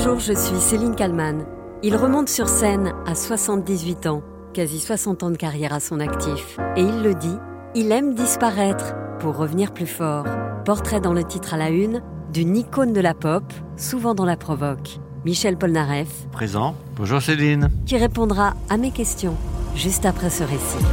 Bonjour, je suis Céline Kallmann. Il remonte sur scène à 78 ans, quasi 60 ans de carrière à son actif. Et il le dit, il aime disparaître pour revenir plus fort. Portrait dans le titre à la une d'une icône de la pop, souvent dans la provoque. Michel Polnareff. Présent. Bonjour Céline. Qui répondra à mes questions juste après ce récit.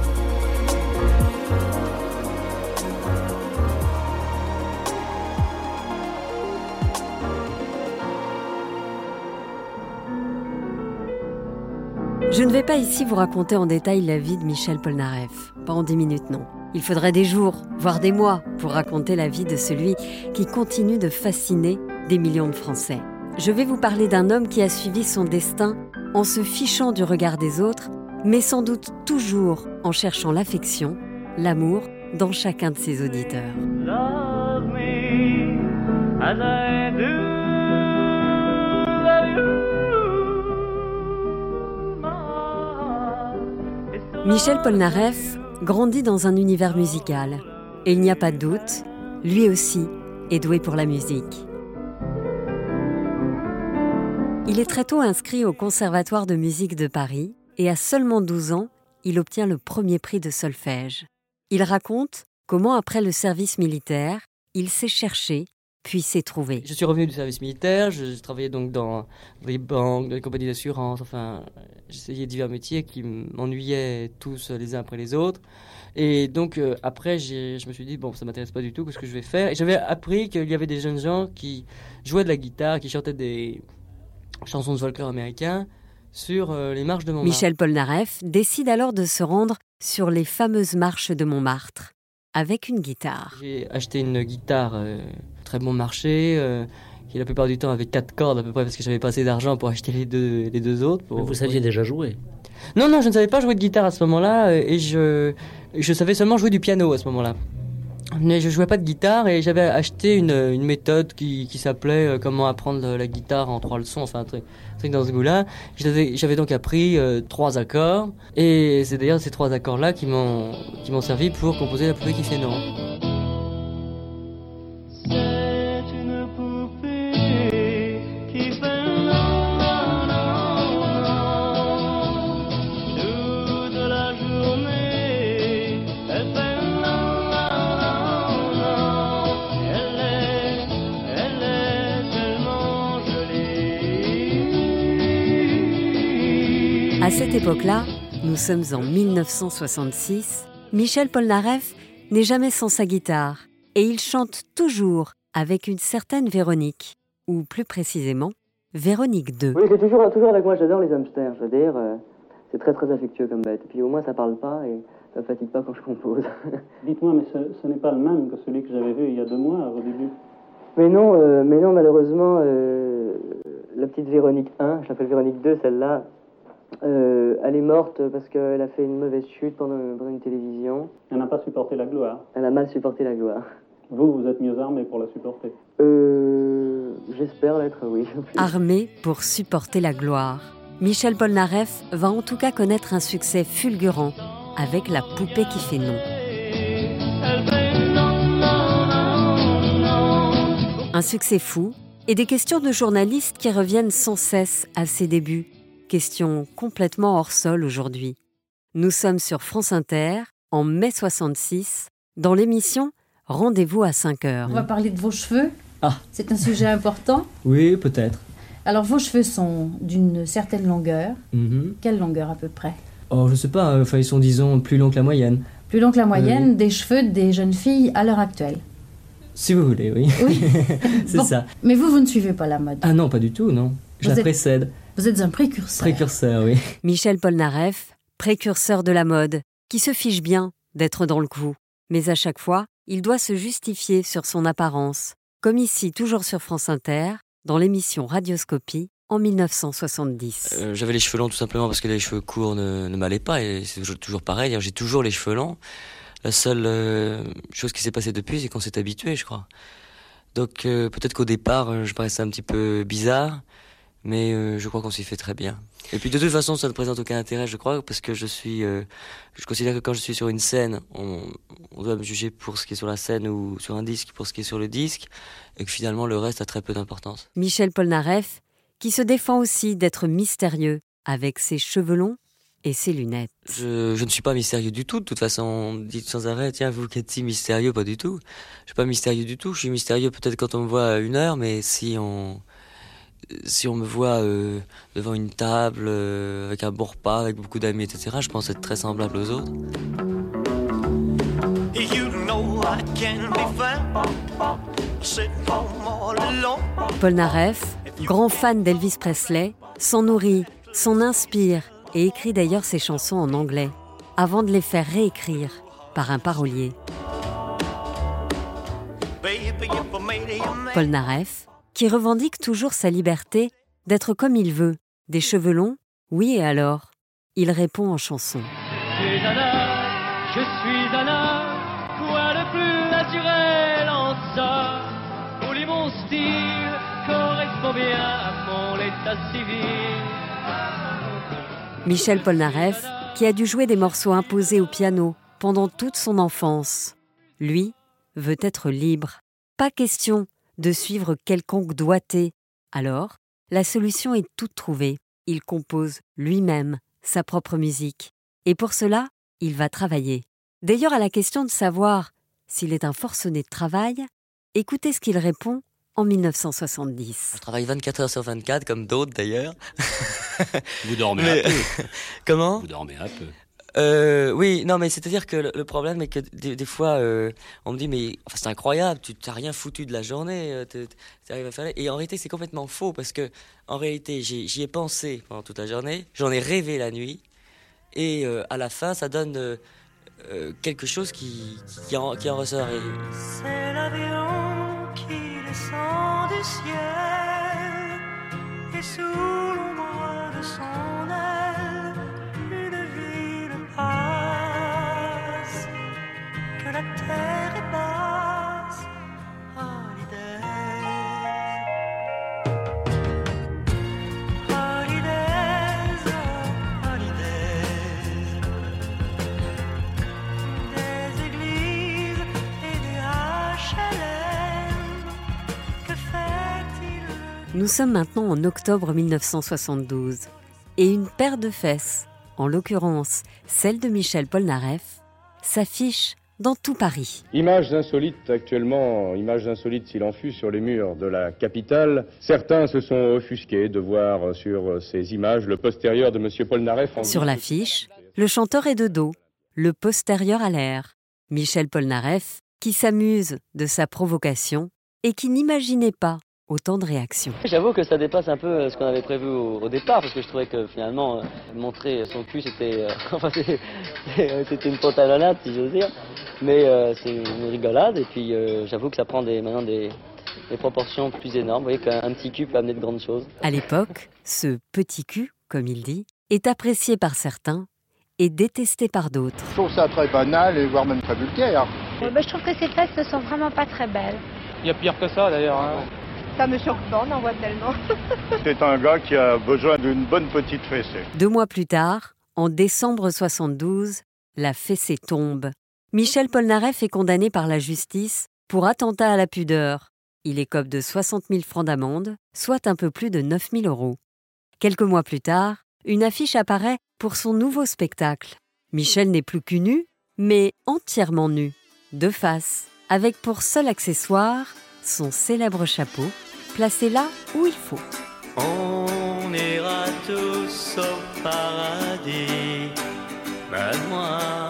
Je ne vais pas ici vous raconter en détail la vie de Michel Polnareff. Pas en 10 minutes, non. Il faudrait des jours, voire des mois, pour raconter la vie de celui qui continue de fasciner des millions de Français. Je vais vous parler d'un homme qui a suivi son destin en se fichant du regard des autres, mais sans doute toujours en cherchant l'affection, l'amour dans chacun de ses auditeurs. Love me as I do, love you. Michel Polnareff grandit dans un univers musical. Et il n'y a pas de doute, lui aussi est doué pour la musique. Il est très tôt inscrit au Conservatoire de musique de Paris et à seulement 12 ans, il obtient le premier prix de solfège. Il raconte comment, après le service militaire, il s'est cherché, puis s'est trouvé. Je suis revenu du service militaire, je travaillais donc dans les banques, dans les compagnies d'assurance, enfin, j'essayais divers métiers qui m'ennuyaient tous les uns après les autres. Et donc après, je me suis dit, bon, ça m'intéresse pas du tout, qu'est-ce que je vais faire ? Et j'avais appris qu'il y avait des jeunes gens qui jouaient de la guitare, qui chantaient des chansons de folklore américain sur les marches de Montmartre. Michel Polnareff décide alors de se rendre sur les fameuses marches de Montmartre, avec une guitare. J'ai acheté une guitare très bon marché, qui la plupart du temps avait 4 cordes à peu près, parce que j'avais pas assez d'argent pour acheter les deux autres. Mais vous saviez déjà jouer ? Non, je ne savais pas jouer de guitare à ce moment-là, et je savais seulement jouer du piano à ce moment-là. Mais je jouais pas de guitare, et j'avais acheté une méthode qui s'appelait comment apprendre la guitare en 3 leçons, enfin un truc dans ce goût-là. J'avais donc appris 3 accords, et c'est d'ailleurs ces 3 accords-là qui m'ont servi pour composer La poupée qui fait non. À cette époque-là, nous sommes en 1966, Michel Polnareff n'est jamais sans sa guitare et il chante toujours avec une certaine Véronique, ou plus précisément, Véronique 2. Oui, c'est toujours avec moi, j'adore les hamsters, je veux dire, c'est très très affectueux comme bête, et puis au moins ça parle pas et ça me fatigue pas quand je compose. Dites-moi, mais ce n'est pas le même que celui que j'avais vu il y a 2 mois au début. Mais non, malheureusement, la petite Véronique 1, je l'appelle Véronique 2, celle-là, elle est morte parce qu'elle a fait une mauvaise chute pendant une télévision. Elle n'a pas supporté la gloire. Elle a mal supporté la gloire. Vous êtes mieux armé pour la supporter. J'espère l'être, oui. Armé pour supporter la gloire, Michel Polnareff va en tout cas connaître un succès fulgurant avec La poupée qui fait non. Un succès fou et des questions de journalistes qui reviennent sans cesse à ses débuts. Questions complètement hors sol aujourd'hui. Nous sommes sur France Inter, en mai 66, dans l'émission Rendez-vous à 5h. On va parler de vos cheveux. Ah. C'est un sujet important. Oui, peut-être. Alors, vos cheveux sont d'une certaine longueur. Mm-hmm. Quelle longueur à peu près ? Oh, je sais pas, enfin, ils sont, disons, plus longs que la moyenne. Plus longs que la moyenne des cheveux des jeunes filles à l'heure actuelle. Si vous voulez, oui. Oui. C'est ça. Mais vous ne suivez pas la mode. Ah non, pas du tout, non. Je la précède. Vous êtes un précurseur. Précurseur, oui. Michel Polnareff, précurseur de la mode, qui se fiche bien d'être dans le coup. Mais à chaque fois, il doit se justifier sur son apparence. Comme ici, toujours sur France Inter, dans l'émission Radioscopie, en 1970. J'avais les cheveux longs tout simplement parce que les cheveux courts ne m'allaient pas, et c'est toujours pareil. D'ailleurs, j'ai toujours les cheveux longs. La seule chose qui s'est passée depuis, c'est qu'on s'est habitué, je crois. Donc peut-être qu'au départ, je paraissais un petit peu bizarre, mais je crois qu'on s'y fait très bien. Et puis de toute façon, ça ne présente aucun intérêt, je crois, parce que je considère que quand je suis sur une scène, on doit me juger pour ce qui est sur la scène ou sur un disque pour ce qui est sur le disque, et que finalement le reste a très peu d'importance. Michel Polnareff, qui se défend aussi d'être mystérieux avec ses cheveux longs et ses lunettes. Je ne suis pas mystérieux du tout. De toute façon, on me dit sans arrêt, tiens, vous qui êtes si mystérieux, pas du tout. Je suis pas mystérieux du tout. Je suis mystérieux peut-être quand on me voit à 1 heure, mais si on me voit devant une table, avec un bon repas, avec beaucoup d'amis, etc., je pense être très semblable aux autres. Paul Naref, grand fan d'Elvis Presley, s'en nourrit, s'en inspire et écrit d'ailleurs ses chansons en anglais, avant de les faire réécrire par un parolier. Paul Naref, qui revendique toujours sa liberté d'être comme il veut, des cheveux longs, oui et alors, il répond en chanson. Je suis un homme, quoi de plus naturel en ça? Pour mon style correspond bien à mon état civil. Michel Polnareff, qui a dû jouer des morceaux imposés au piano pendant toute son enfance. Lui veut être libre. Pas question de suivre quelconque doigté. Alors, la solution est toute trouvée. Il compose lui-même sa propre musique. Et pour cela, il va travailler. D'ailleurs, à la question de savoir s'il est un forcené de travail, écoutez ce qu'il répond en 1970. Je travaille 24 heures sur 24, comme d'autres d'ailleurs. Vous dormez un peu. Comment ? Vous dormez un peu. Oui, non, mais c'est-à-dire que le problème est que des fois, on me dit, mais enfin, c'est incroyable, tu t'as rien foutu de la journée, t'arrives à faire... Et en réalité, c'est complètement faux, parce que en réalité, j'y ai pensé pendant toute la journée, j'en ai rêvé la nuit, et à la fin, ça donne quelque chose qui en ressort. C'est l'avion qui descend du ciel, et sous l'ombre de son aile, une ville passe, que la terre est basse, holiday, holidays, oh, holidays, des églises et des HLM, que fait-il? Nous sommes maintenant en octobre 1972 et une paire de fesses, en l'occurrence celle de Michel Polnareff, s'affiche dans tout Paris. Images insolites actuellement, images insolites s'il en fut sur les murs de la capitale. Certains se sont offusqués de voir sur ces images le postérieur de M. Polnareff. Sur l'affiche, le chanteur est de dos, le postérieur à l'air. Michel Polnareff, qui s'amuse de sa provocation et qui n'imaginait pas autant de réactions. J'avoue que ça dépasse un peu ce qu'on avait prévu au départ, parce que je trouvais que finalement, montrer son cul, c'était c'était une pantalonnade, si j'ose dire. Mais c'est une rigolade, et puis j'avoue que ça prend maintenant des proportions plus énormes. Vous voyez qu'un petit cul peut amener de grandes choses. À l'époque, ce petit cul, comme il dit, est apprécié par certains et détesté par d'autres. Je trouve ça très banal et voire même très vulgaire. Je trouve que ces fesses ne sont vraiment pas très belles. Il y a pire que ça d'ailleurs. Hein. Ça me choque pas, on en voit tellement. C'est un gars qui a besoin d'une bonne petite fessée. 2 mois plus tard, en décembre 72, la fessée tombe. Michel Polnareff est condamné par la justice pour attentat à la pudeur. Il écope de 60 000 francs d'amende, soit un peu plus de 9 000 €. Quelques mois plus tard, une affiche apparaît pour son nouveau spectacle. Michel n'est plus qu'u nu, mais entièrement nu, de face, avec pour seul accessoire son célèbre chapeau, placé là où il faut. On ira tous au paradis, ben moi,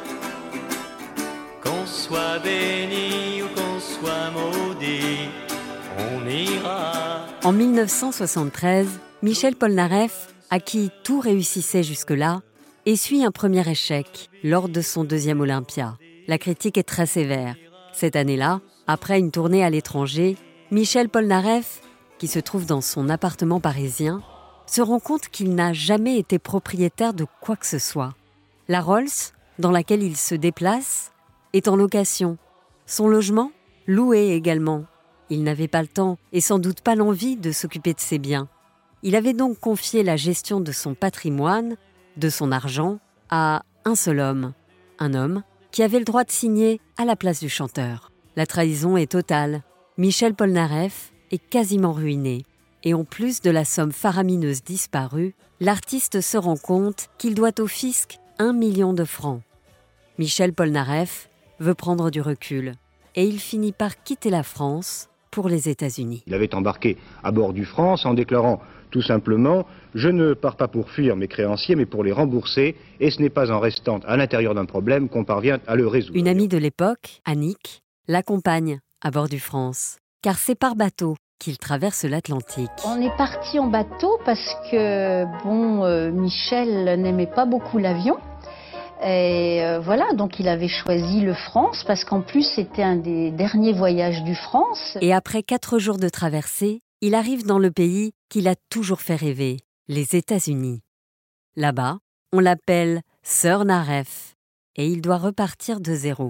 qu'on soit béni ou qu'on soit maudit, on ira. En 1973, Michel Polnareff, à qui tout réussissait jusque-là, essuie un premier échec lors de son 2e Olympia. La critique est très sévère. Cette année-là, après une tournée à l'étranger, Michel Polnareff, qui se trouve dans son appartement parisien, se rend compte qu'il n'a jamais été propriétaire de quoi que ce soit. La Rolls, dans laquelle il se déplace, est en location. Son logement, loué également. Il n'avait pas le temps et sans doute pas l'envie de s'occuper de ses biens. Il avait donc confié la gestion de son patrimoine, de son argent, à un seul homme. Un homme qui avait le droit de signer à la place du chanteur. La trahison est totale. Michel Polnareff est quasiment ruiné. Et en plus de la somme faramineuse disparue, l'artiste se rend compte qu'il doit au fisc 1 million de francs. Michel Polnareff veut prendre du recul et il finit par quitter la France pour les États-Unis. Il avait embarqué à bord du France en déclarant tout simplement « Je ne pars pas pour fuir mes créanciers, mais pour les rembourser, et ce n'est pas en restant à l'intérieur d'un problème qu'on parvient à le résoudre. » Une amie de l'époque, Annick, l'accompagne à bord du France, car c'est par bateau qu'il traverse l'Atlantique. On est parti en bateau parce que, Michel n'aimait pas beaucoup l'avion. Et voilà, donc il avait choisi le France parce qu'en plus c'était un des derniers voyages du France. Et après 4 jours de traversée, il arrive dans le pays qu'il a toujours fait rêver, les États-Unis. Là-bas, on l'appelle Sir Nareff et il doit repartir de zéro.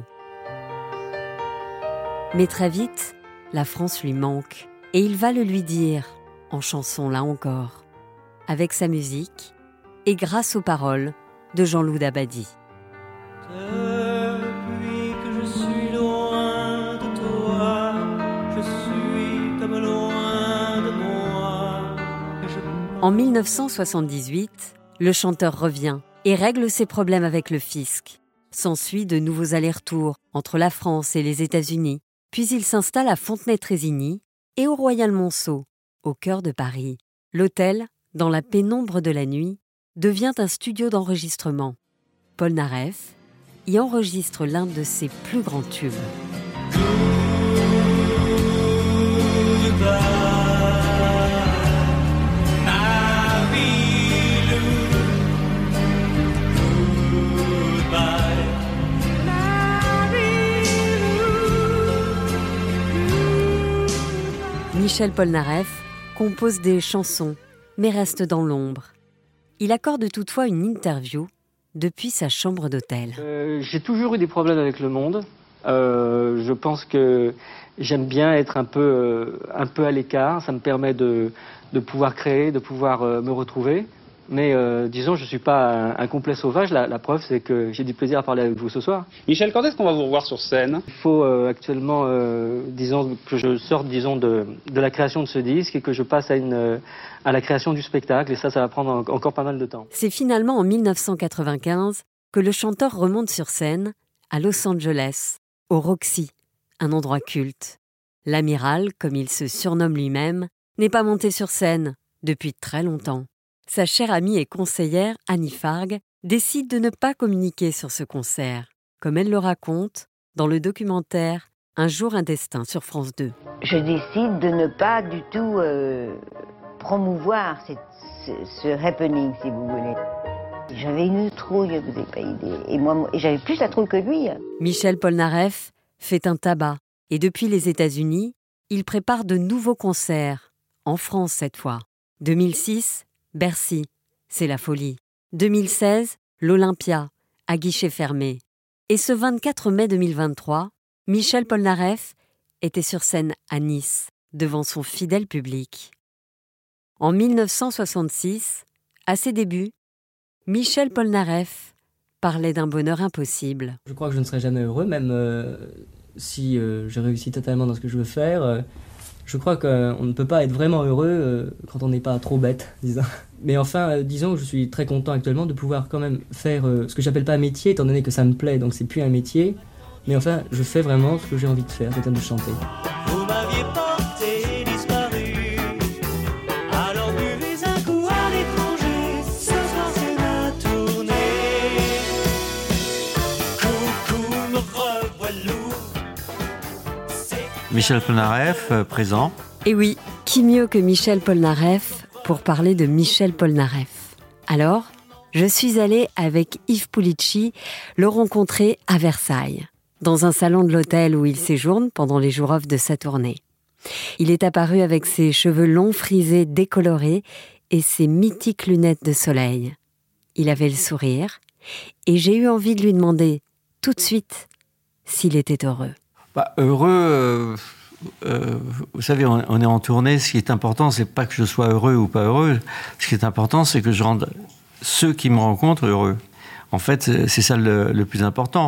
Mais très vite, la France lui manque et il va le lui dire, en chanson là encore, avec sa musique et grâce aux paroles de Jean-Loup Dabadi. Depuis que je suis loin de toi, je suis comme loin de moi. En 1978, le chanteur revient et règle ses problèmes avec le fisc. S'ensuit de nouveaux allers-retours entre la France et les États-Unis. Puis il s'installe à Fontenay-Trésigny et au Royal Monceau, au cœur de Paris. L'hôtel, dans la pénombre de la nuit, devient un studio d'enregistrement. Polnareff y enregistre l'un de ses plus grands tubes. Michel Polnareff compose des chansons, mais reste dans l'ombre. Il accorde toutefois une interview depuis sa chambre d'hôtel. J'ai toujours eu des problèmes avec le monde. Je pense que j'aime bien être un peu à l'écart. Ça me permet de pouvoir créer, de pouvoir me retrouver. Mais disons, je ne suis pas un complet sauvage. La preuve, c'est que j'ai du plaisir à parler avec vous ce soir. Michel, quand est-ce qu'on va vous revoir sur scène? Il faut actuellement, disons, que je sorte, disons, de la création de ce disque et que je passe à la création du spectacle. Et ça va prendre encore pas mal de temps. C'est finalement en 1995 que le chanteur remonte sur scène à Los Angeles, au Roxy, un endroit culte. L'amiral, comme il se surnomme lui-même, n'est pas monté sur scène depuis très longtemps. Sa chère amie et conseillère, Annie Fargue, décide de ne pas communiquer sur ce concert, comme elle le raconte dans le documentaire « Un jour, un destin » sur France 2. Je décide de ne pas du tout promouvoir ce happening, si vous voulez. J'avais une trouille, vous n'avez pas idée. Et j'avais plus la trouille que lui. Michel Polnareff fait un tabac. Et depuis les États-Unis, il prépare de nouveaux concerts, en France cette fois. 2006, Bercy, c'est la folie. 2016, l'Olympia, à guichet fermé. Et ce 24 mai 2023, Michel Polnareff était sur scène à Nice, devant son fidèle public. En 1966, à ses débuts, Michel Polnareff parlait d'un bonheur impossible. Je crois que je ne serai jamais heureux, même si je réussis totalement dans ce que je veux faire. Je crois qu'on ne peut pas être vraiment heureux quand on n'est pas trop bête, disons. Mais enfin, disons que je suis très content actuellement de pouvoir quand même faire ce que j'appelle pas un métier, étant donné que ça me plaît, donc c'est plus un métier. Mais enfin, je fais vraiment ce que j'ai envie de faire, c'est-à-dire de chanter. Vous m'aviez porté disparu, alors buvez un coup à l'étranger, ce soir c'est ma tournée. Coucou, me revoilou. Michel Polnareff, présent. Et oui, qui mieux que Michel Polnareff pour parler de Michel Polnareff. Alors, je suis allée avec Yves Pulici le rencontrer à Versailles, dans un salon de l'hôtel où il séjourne pendant les jours off de sa tournée. Il est apparu avec ses cheveux longs frisés décolorés et ses mythiques lunettes de soleil. Il avait le sourire et j'ai eu envie de lui demander tout de suite s'il était heureux. Heureux, vous savez, on est en tournée. Ce qui est important, c'est pas que je sois heureux ou pas heureux. Ce qui est important, c'est que je rende ceux qui me rencontrent heureux. En fait, c'est ça le plus important.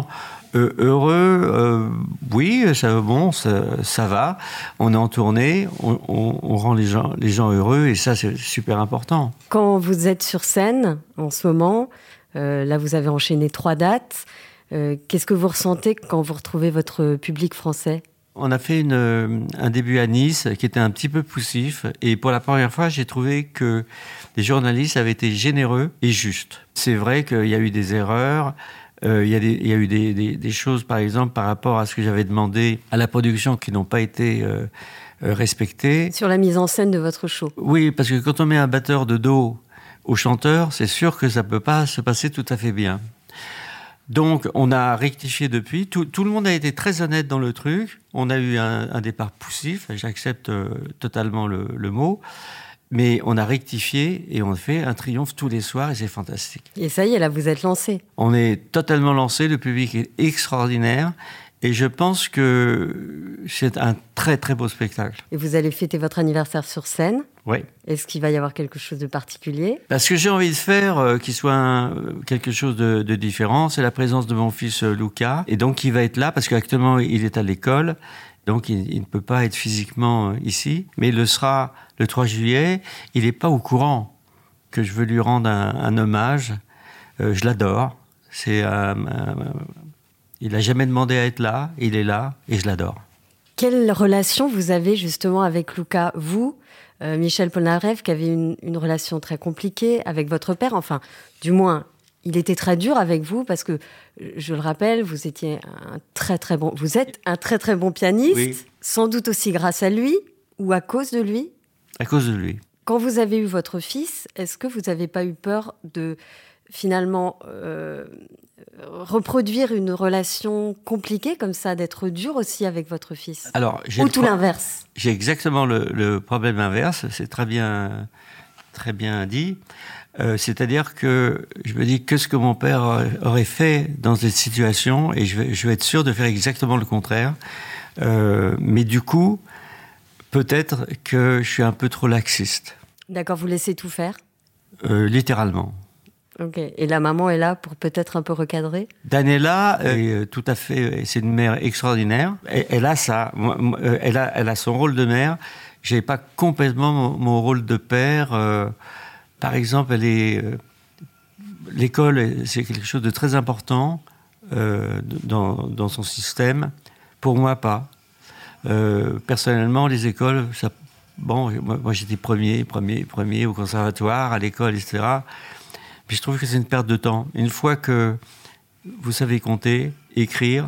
Heureux, oui, ça va. On est en tournée, on rend les gens heureux et ça, c'est super important. Quand vous êtes sur scène, en ce moment, là, vous avez enchaîné 3 dates. Qu'est-ce que vous ressentez quand vous retrouvez votre public français ? On a fait un début à Nice qui était un petit peu poussif. Et pour la première fois, j'ai trouvé que les journalistes avaient été généreux et justes. C'est vrai qu'il y a eu des erreurs. Il y a eu des choses, par exemple, par rapport à ce que j'avais demandé à la production qui n'ont pas été respectées. Sur la mise en scène de votre show. Oui, parce que quand on met un batteur de dos au chanteur, c'est sûr que ça ne peut pas se passer tout à fait bien. Donc, on a rectifié depuis. Tout le monde a été très honnête dans le truc. On a eu un départ poussif, j'accepte totalement le mot. Mais on a rectifié et on fait un triomphe tous les soirs et c'est fantastique. Et ça y est, là, vous êtes lancé. On est totalement lancé, le public est extraordinaire. Et je pense que c'est un très, très beau spectacle. Et vous allez fêter votre anniversaire sur scène ? Oui. Est-ce qu'il va y avoir quelque chose de particulier ? Parce que j'ai envie de faire qu'il soit quelque chose de différent. C'est la présence de mon fils Luca. Et donc, il va être là parce qu'actuellement, il est à l'école. Donc, il ne peut pas être physiquement ici. Mais il le sera le 3 juillet. Il n'est pas au courant que je veux lui rendre un hommage. Je l'adore. Il n'a jamais demandé à être là, il est là et je l'adore. Quelle relation vous avez justement avec Luca ? Vous, Michel Polnareff, qui avez une relation très compliquée avec votre père, enfin, du moins, il était très dur avec vous parce que, je le rappelle, vous êtes un très très bon pianiste, oui. Sans doute aussi grâce à lui ou à cause de lui ? À cause de lui. Quand vous avez eu votre fils, est-ce que vous n'avez pas eu peur de finalement reproduire une relation compliquée comme ça, d'être dur aussi avec votre fils ? Alors, ou tout l'inverse ? J'ai exactement le problème inverse, c'est très bien dit. C'est-à-dire que je me dis que ce que mon père aurait fait dans cette situation, et je vais être sûr de faire exactement le contraire. Mais du coup, peut-être que je suis un peu trop laxiste. D'accord, vous laissez tout faire ? Littéralement. Ok. Et la maman est là pour peut-être un peu recadrer ? Daniela est tout à fait, c'est une mère extraordinaire. Elle a ça, elle a son rôle de mère. J'ai pas complètement mon rôle de père. Par exemple, l'école, c'est quelque chose de très important dans son système. Pour moi, pas. Personnellement, les écoles, moi j'étais premier au conservatoire, à l'école, etc. Puis je trouve que c'est une perte de temps. Une fois que vous savez compter, écrire,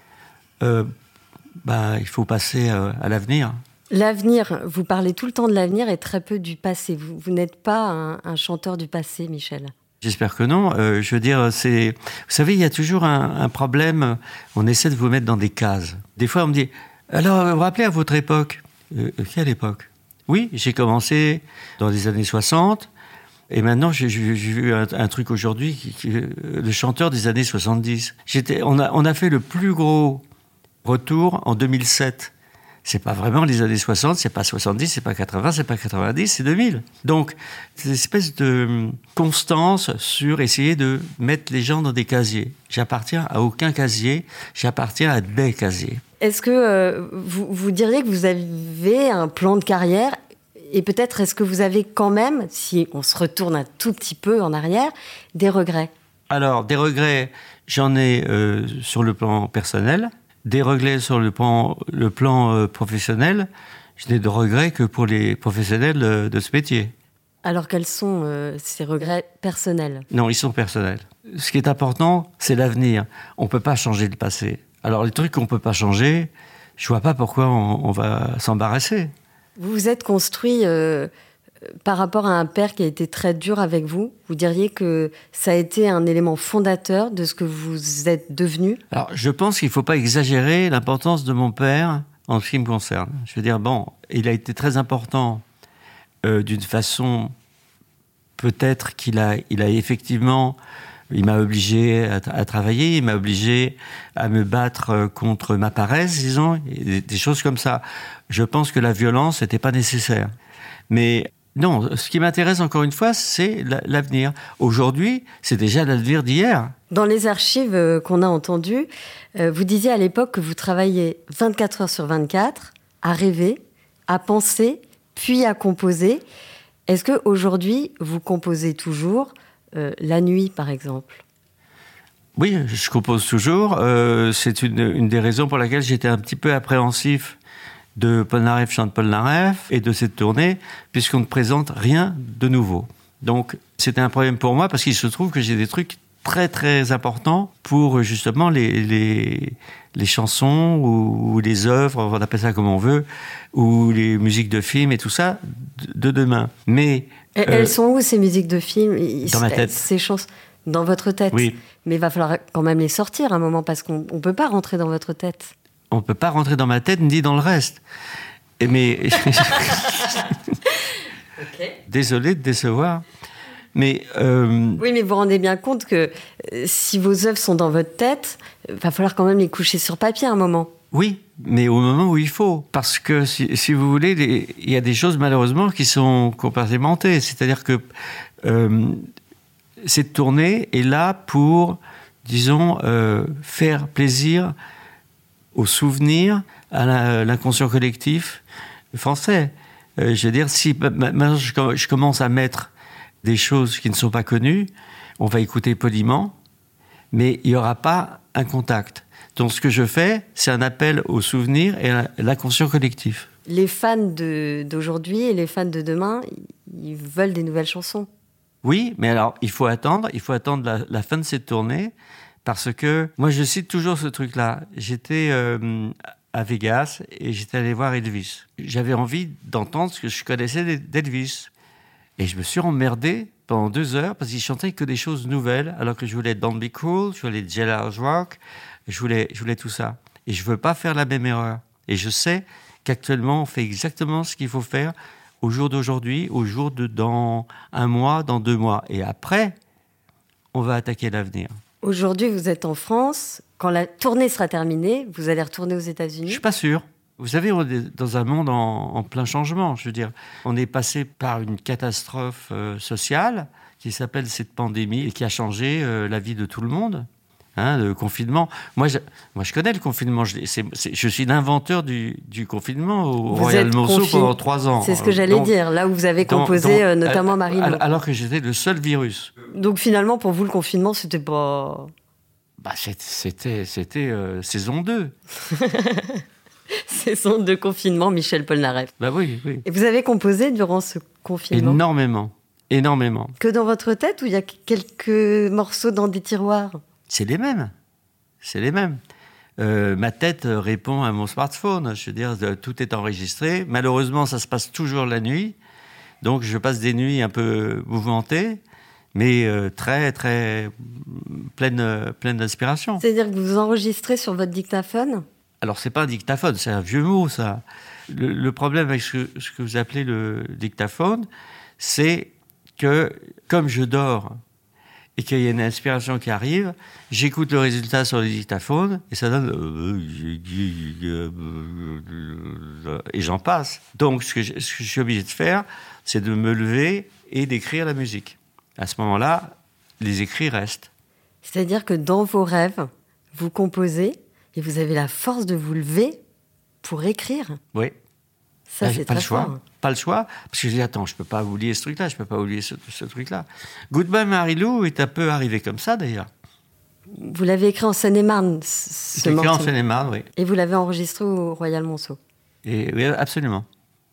il faut passer à l'avenir. L'avenir, vous parlez tout le temps de l'avenir et très peu du passé. Vous n'êtes pas un chanteur du passé, Michel. J'espère que non. Je veux dire, vous savez, il y a toujours un problème. On essaie de vous mettre dans des cases. Des fois, on me dit, alors, vous vous rappelez à votre époque ? Quelle époque ? Oui, j'ai commencé dans les années 60. Et maintenant, j'ai vu un truc aujourd'hui, le chanteur des années 70. On a fait le plus gros retour en 2007. C'est pas vraiment les années 60, c'est pas 70, c'est pas 80, c'est pas 90, c'est 2000. Donc, c'est une espèce de constance sur essayer de mettre les gens dans des casiers. J'appartiens à aucun casier, j'appartiens à des casiers. Est-ce que vous diriez que vous avez un plan de carrière ? Et peut-être, est-ce que vous avez quand même, si on se retourne un tout petit peu en arrière, des regrets ? Alors, des regrets, j'en ai sur le plan personnel. Des regrets sur le plan professionnel. Je n'ai de regrets que pour les professionnels de ce métier. Alors, quels sont ces regrets personnels ? Non, ils sont personnels. Ce qui est important, c'est l'avenir. On ne peut pas changer le passé. Alors, les trucs qu'on ne peut pas changer, je ne vois pas pourquoi on va s'embarrasser. Vous vous êtes construit par rapport à un père qui a été très dur avec vous. Vous diriez que ça a été un élément fondateur de ce que vous êtes devenu ? Alors, je pense qu'il ne faut pas exagérer l'importance de mon père en ce qui me concerne. Je veux dire, il a été très important d'une façon, peut-être qu'il a effectivement... Il m'a obligé à travailler, il m'a obligé à me battre contre ma paresse, disons, des choses comme ça. Je pense que la violence n'était pas nécessaire. Mais Non, ce qui m'intéresse encore une fois, c'est l'avenir. Aujourd'hui, c'est déjà l'avenir d'hier. Dans les archives qu'on a entendues, vous disiez à l'époque que vous travailliez 24 heures sur 24 à rêver, à penser, puis à composer. Est-ce qu'aujourd'hui, vous composez toujours la nuit, par exemple ? Oui, je compose toujours. C'est une des raisons pour laquelle j'étais un petit peu appréhensif de Polnareff chante Polnareff et de cette tournée, puisqu'on ne présente rien de nouveau. Donc, c'était un problème pour moi, parce qu'il se trouve que j'ai des trucs très, très importants pour, justement, les chansons ou les œuvres, on appelle ça comme on veut, ou les musiques de films et tout ça, de demain. Mais... elles sont où, ces musiques de films ? Dans ma tête. Ces chansons dans votre tête. Oui. Mais il va falloir quand même les sortir à un moment, parce qu'on ne peut pas rentrer dans votre tête. On ne peut pas rentrer dans ma tête ni dans le reste. Mais... okay. Désolé de décevoir. Mais oui, mais vous vous rendez bien compte que si vos œuvres sont dans votre tête, il va falloir quand même les coucher sur papier à un moment. Oui, mais au moment où il faut. Parce que, si vous voulez, il y a des choses, malheureusement, qui sont compartimentées. C'est-à-dire que cette tournée est là pour, disons, faire plaisir au souvenir, à l'inconscient collectif français. Je veux dire, si maintenant je commence à mettre des choses qui ne sont pas connues, on va écouter poliment, mais il n'y aura pas un contact. Donc ce que je fais, c'est un appel au souvenir et à l'inconscient collectif. Les fans d'aujourd'hui et les fans de demain, ils veulent des nouvelles chansons. Oui, mais alors il faut attendre la fin de cette tournée, parce que moi je cite toujours ce truc-là. J'étais à Vegas et j'étais allé voir Elvis. J'avais envie d'entendre ce que je connaissais d'Elvis. Et je me suis emmerdé pendant 2 heures parce qu'il chantait que des choses nouvelles, alors que je voulais Don't Be Cruel, je voulais Jailhouse Rock, je voulais tout ça. Et je veux pas faire la même erreur. Et je sais qu'actuellement on fait exactement ce qu'il faut faire au jour d'aujourd'hui, au jour de dans 1 mois, dans 2 mois. Et après, on va attaquer l'avenir. Aujourd'hui, vous êtes en France. Quand la tournée sera terminée, vous allez retourner aux États-Unis ? Je suis pas sûr. Vous savez, on est dans un monde en plein changement. Je veux dire, on est passé par une catastrophe sociale qui s'appelle cette pandémie et qui a changé la vie de tout le monde. Le confinement. Moi, je connais le confinement. Je suis l'inventeur du confinement au Royal Monceau pendant 3 ans. C'est ce que j'allais dire. Là où vous avez composé notamment Marie-Lou. Alors que j'étais le seul virus. Donc finalement, pour vous, le confinement, c'était pas... C'était saison 2. Saison de confinement, Michel Polnareff. Oui. Et vous avez composé durant ce confinement ? Énormément. Que dans votre tête, ou il y a quelques morceaux dans des tiroirs ? C'est les mêmes. Ma tête répond à mon smartphone. Je veux dire, tout est enregistré. Malheureusement, ça se passe toujours la nuit. Donc, je passe des nuits un peu mouvementées, mais très, très pleines d'inspiration. C'est-à-dire que vous enregistrez sur votre dictaphone ? Alors, c'est pas un dictaphone, c'est un vieux mot, ça. Le problème avec ce que vous appelez le dictaphone, c'est que, comme je dors et qu'il y a une inspiration qui arrive, j'écoute le résultat sur le dictaphone et ça donne... et j'en passe. Donc, ce que je suis obligé de faire, c'est de me lever et d'écrire la musique. À ce moment-là, les écrits restent. C'est-à-dire que dans vos rêves, vous composez et vous avez la force de vous lever pour écrire. Oui. Ça, c'est très fort. Pas le choix, parce que je dis, attends, je peux pas oublier ce truc-là, je peux pas oublier ce truc-là. Goodbye Marie-Lou est un peu arrivé comme ça, d'ailleurs. Vous l'avez écrit en Seine-et-Marne, ce morceau. Écrit en Seine-et-Marne, oui. Et vous l'avez enregistré au Royal Monceau. Oui, absolument.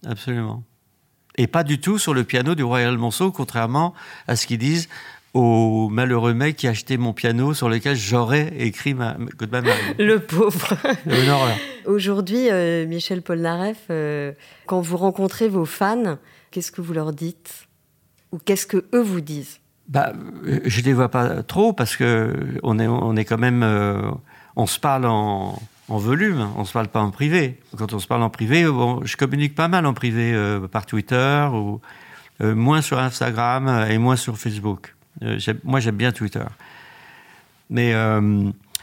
Et pas du tout sur le piano du Royal Monceau, contrairement à ce qu'ils disent au malheureux mec qui a acheté mon piano sur lequel j'aurais écrit Goodbye Marie-Lou. Le pauvre. Une horreur. Aujourd'hui, Michel Polnareff, quand vous rencontrez vos fans, qu'est-ce que vous leur dites ? Ou qu'est-ce que eux vous disent ? Je les vois pas trop parce que on est quand même, on se parle en volume, on se parle pas en privé. Quand on se parle en privé, je communique pas mal en privé par Twitter ou moins sur Instagram et moins sur Facebook. Moi, j'aime bien Twitter. Mais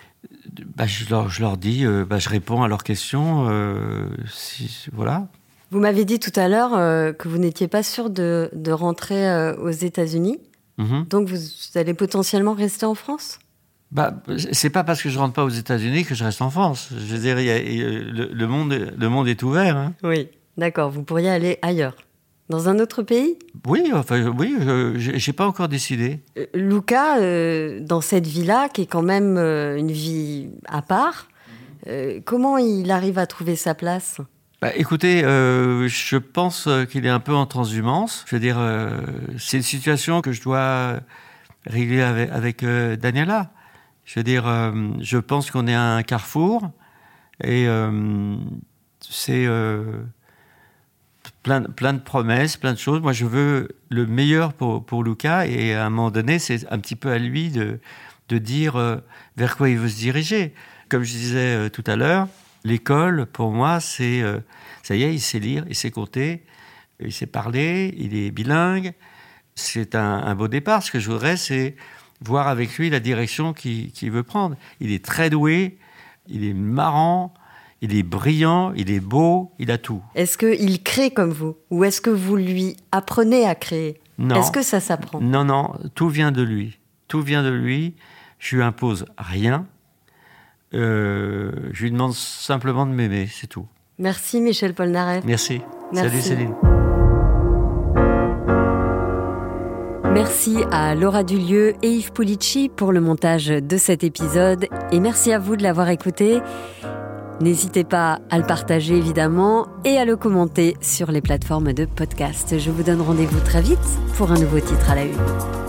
je leur dis, je réponds à leurs questions. Voilà. Vous m'avez dit tout à l'heure que vous n'étiez pas sûr de rentrer aux États-Unis. Donc vous allez potentiellement rester en France ? C'est pas parce que je rentre pas aux États-Unis que je reste en France. Je veux dire, le monde est ouvert. Hein. Oui, d'accord. Vous pourriez aller ailleurs. Dans un autre pays ? Oui, j'ai pas encore décidé. Luca, dans cette vie-là, qui est quand même une vie à part, comment il arrive à trouver sa place ? Écoutez, je pense qu'il est un peu en transhumance. Je veux dire, c'est une situation que je dois régler avec Daniela. Je veux dire, je pense qu'on est à un carrefour et c'est plein de promesses, plein de choses. Moi, je veux le meilleur pour Luca et à un moment donné, c'est un petit peu à lui de dire vers quoi il veut se diriger. Comme je disais tout à l'heure, l'école, pour moi, c'est... ça y est, il sait lire, il sait compter, il sait parler, il est bilingue. C'est un beau départ. Ce que je voudrais, c'est voir avec lui la direction qu'il veut prendre. Il est très doué, il est marrant, il est brillant, il est beau, il a tout. Est-ce qu'il crée comme vous ? Ou est-ce que vous lui apprenez à créer ? Non. Est-ce que ça s'apprend ? Non, tout vient de lui. Tout vient de lui. Je lui impose rien. Je lui demande simplement de m'aimer, c'est tout. Merci Michel Polnareff. Merci. Salut Céline. Merci à Laura Dulieu et Yves Pulici pour le montage de cet épisode et merci à vous de l'avoir écouté. N'hésitez pas à le partager évidemment et à le commenter sur les plateformes de podcast. Je vous donne rendez-vous très vite pour un nouveau titre à la une.